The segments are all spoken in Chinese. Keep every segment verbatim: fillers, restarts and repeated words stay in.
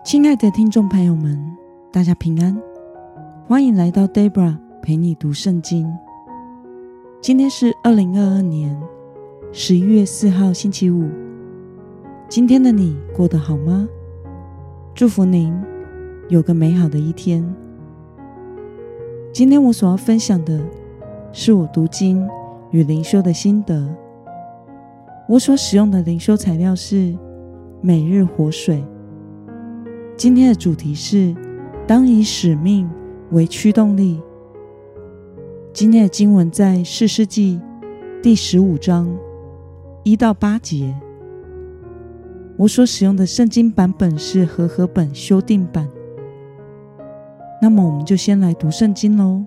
亲爱的听众朋友们，大家平安，欢迎来到 Debra 陪你读圣经。今天是二零二二年十一月四号星期五。今天的你过得好吗？祝福您有个美好的一天。今天我所要分享的是我读经与灵修的心得。我所使用的灵修材料是每日活水。今天的主题是当以使命为驱动力。今天的经文在士师记第十五章一到八节。我所使用的圣经版本是和合本修订版。那么我们就先来读圣经咯。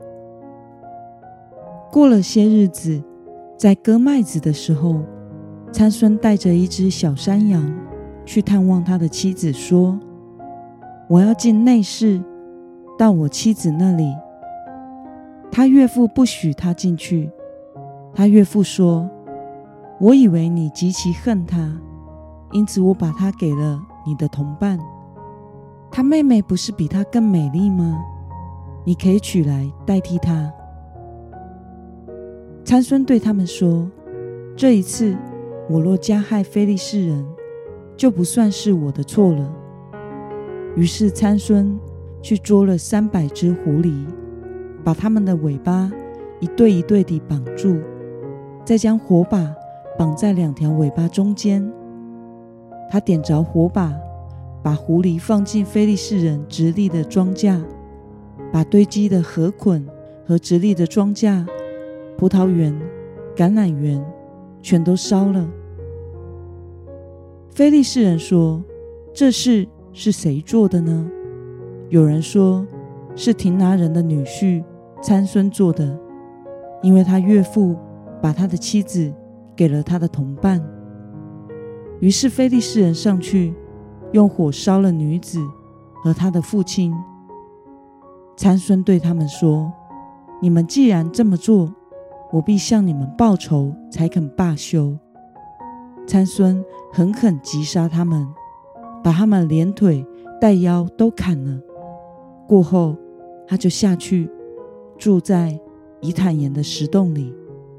过了些日子，在割麦子的时候，参孙带着一只小山羊去探望他的妻子，说：我要进内室，到我妻子那里。他岳父不许他进去。他岳父说：我以为你极其恨他，因此我把他给了你的同伴。他妹妹不是比他更美丽吗？你可以取来代替他。参孙对他们说：这一次我若加害非利士人，就不算是我的错了。于是参孙去捉了三百只狐狸，把它们的尾巴一对一对地绑住，再将火把绑在两条尾巴中间。他点着火把，把狐狸放进非利士人直立的庄稼，把堆积的禾捆和直立的庄稼、葡萄园、橄榄园全都烧了。非利士人说：这事是谁做的呢？有人说是亭拿人的女婿参孙做的，因为他岳父把他的妻子给了他的同伴。于是非利士人上去，用火烧了女子和他的父亲。参孙对他们说：你们既然这么做，我必向你们报仇，才肯罢休。参孙狠狠击杀他们，把他们连腿带腰都砍了。过后他就下去住在以坦岩的石洞里。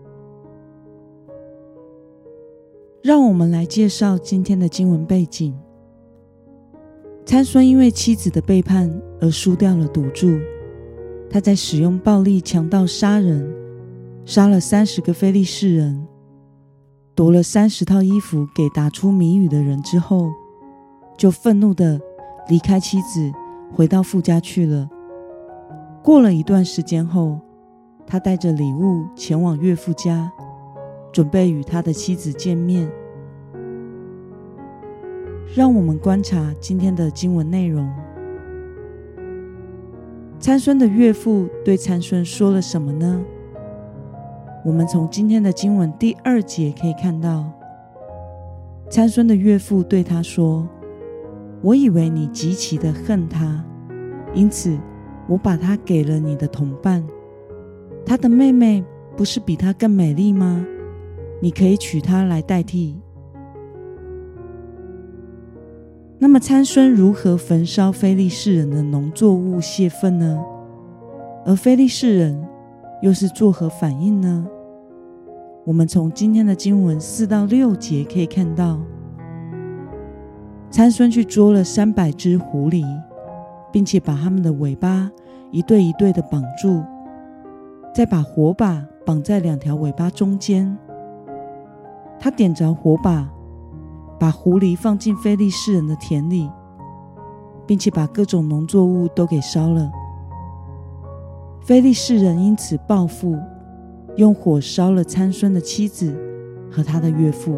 让我们来介绍今天的经文背景。参孙因为妻子的背叛而输掉了赌注，他在使用暴力强盗杀人，杀了三十个非利士人，夺了三十套衣服给答出谜语的人之后，就愤怒地离开妻子，回到父家去了。过了一段时间后，他带着礼物前往岳父家，准备与他的妻子见面。让我们观察今天的经文内容。参孙的岳父对参孙说了什么呢？我们从今天的经文第二节可以看到，参孙的岳父对他说：我以为你极其的恨他，因此我把他给了你的同伴。他的妹妹不是比他更美丽吗？你可以娶她来代替。那么参孙如何焚烧非利士人的农作物泄愤呢？而非利士人又是作何反应呢？我们从今天的经文四到六节可以看到，参孙去捉了三百只狐狸，并且把它们的尾巴一对一对的绑住，再把火把绑在两条尾巴中间。他点着火把，把狐狸放进非利士人的田里，并且把各种农作物都给烧了。非利士人因此报复，用火烧了参孙的妻子和他的岳父。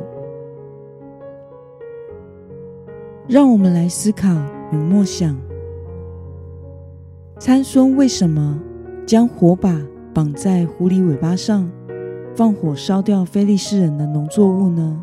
让我们来思考与默想，参孙为什么将火把绑在狐狸尾巴上，放火烧掉非利士人的农作物呢？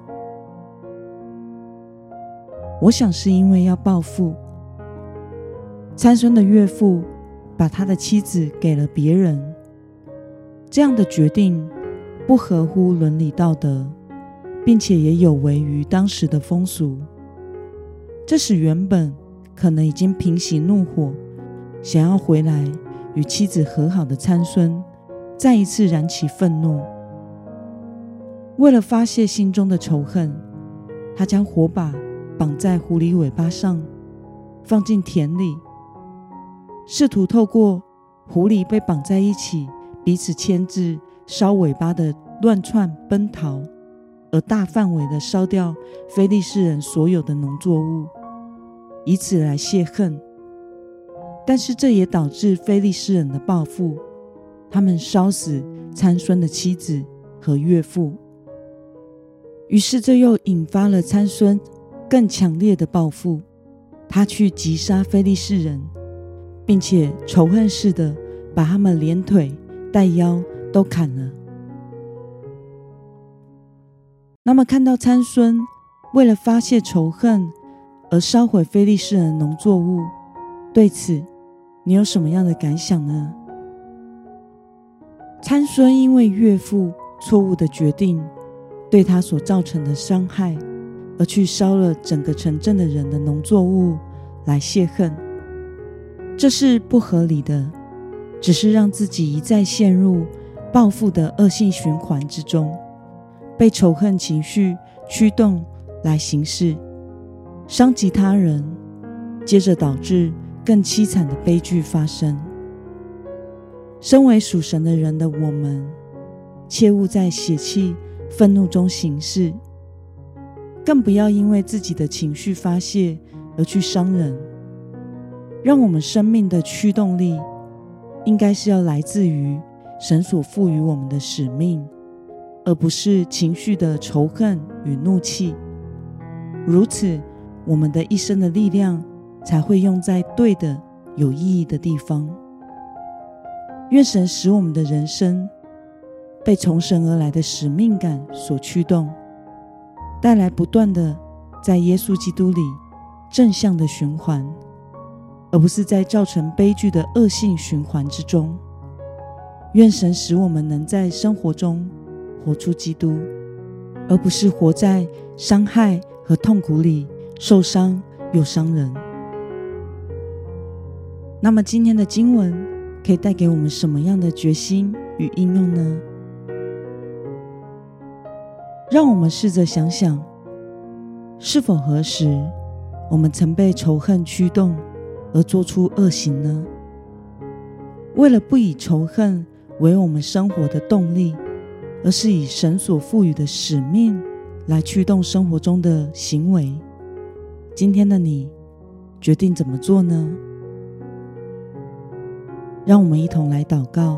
我想是因为要报复。参孙的岳父把他的妻子给了别人，这样的决定不合乎伦理道德，并且也有违于当时的风俗。这使原本可能已经平息怒火，想要回来与妻子和好的参孙，再一次燃起愤怒。为了发泄心中的仇恨，他将火把绑在狐狸尾巴上，放进田里，试图透过狐狸被绑在一起，彼此牵制烧尾巴的乱窜奔逃，而大范围的烧掉非利士人所有的农作物，以此来泄恨。但是这也导致非利士人的报复，他们烧死参孙的妻子和岳父。于是这又引发了参孙更强烈的报复，他去击杀非利士人，并且仇恨似的把他们连腿带腰都砍了。那么看到参孙为了发泄仇恨而烧毁非利士人的农作物，对此你有什么样的感想呢？参孙因为岳父错误的决定对他所造成的伤害，而去烧了整个城镇的人的农作物来泄恨，这是不合理的，只是让自己一再陷入报复的恶性循环之中，被仇恨情绪驱动来行事，伤及他人，接着导致更凄惨的悲剧发生。身为属神的人的我们，切勿在血气愤怒中行事，更不要因为自己的情绪发泄而去伤人。让我们生命的驱动力应该是要来自于神所赋予我们的使命，而不是情绪的仇恨与怒气。如此，我们的一生的力量才会用在对的有意义的地方。愿神使我们的人生被从神而来的使命感所驱动，带来不断的在耶稣基督里正向的循环，而不是在造成悲剧的恶性循环之中。愿神使我们能在生活中活出基督，而不是活在伤害和痛苦里，受伤又伤人。那么今天的经文可以带给我们什么样的决心与应用呢？让我们试着想想，是否何时我们曾被仇恨驱动而做出恶行呢？为了不以仇恨为我们生活的动力，而是以神所赋予的使命来驱动生活中的行为，今天的你决定怎么做呢？让我们一同来祷告。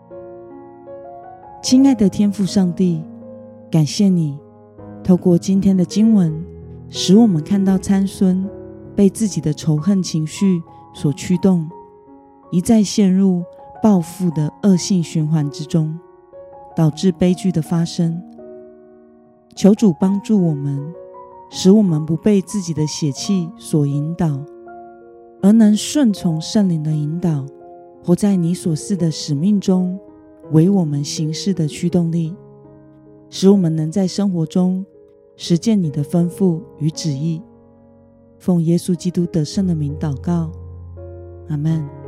亲爱的天父上帝，感谢你透过今天的经文，使我们看到参孙被自己的仇恨情绪所驱动，一再陷入报复的恶性循环之中，导致悲剧的发生。求主帮助我们，使我们不被自己的血气所引导，而能顺从圣灵的引导，活在你所赐的使命中，为我们行事的驱动力，使我们能在生活中实践你的吩咐与旨意。奉耶稣基督得胜的名祷告，阿们。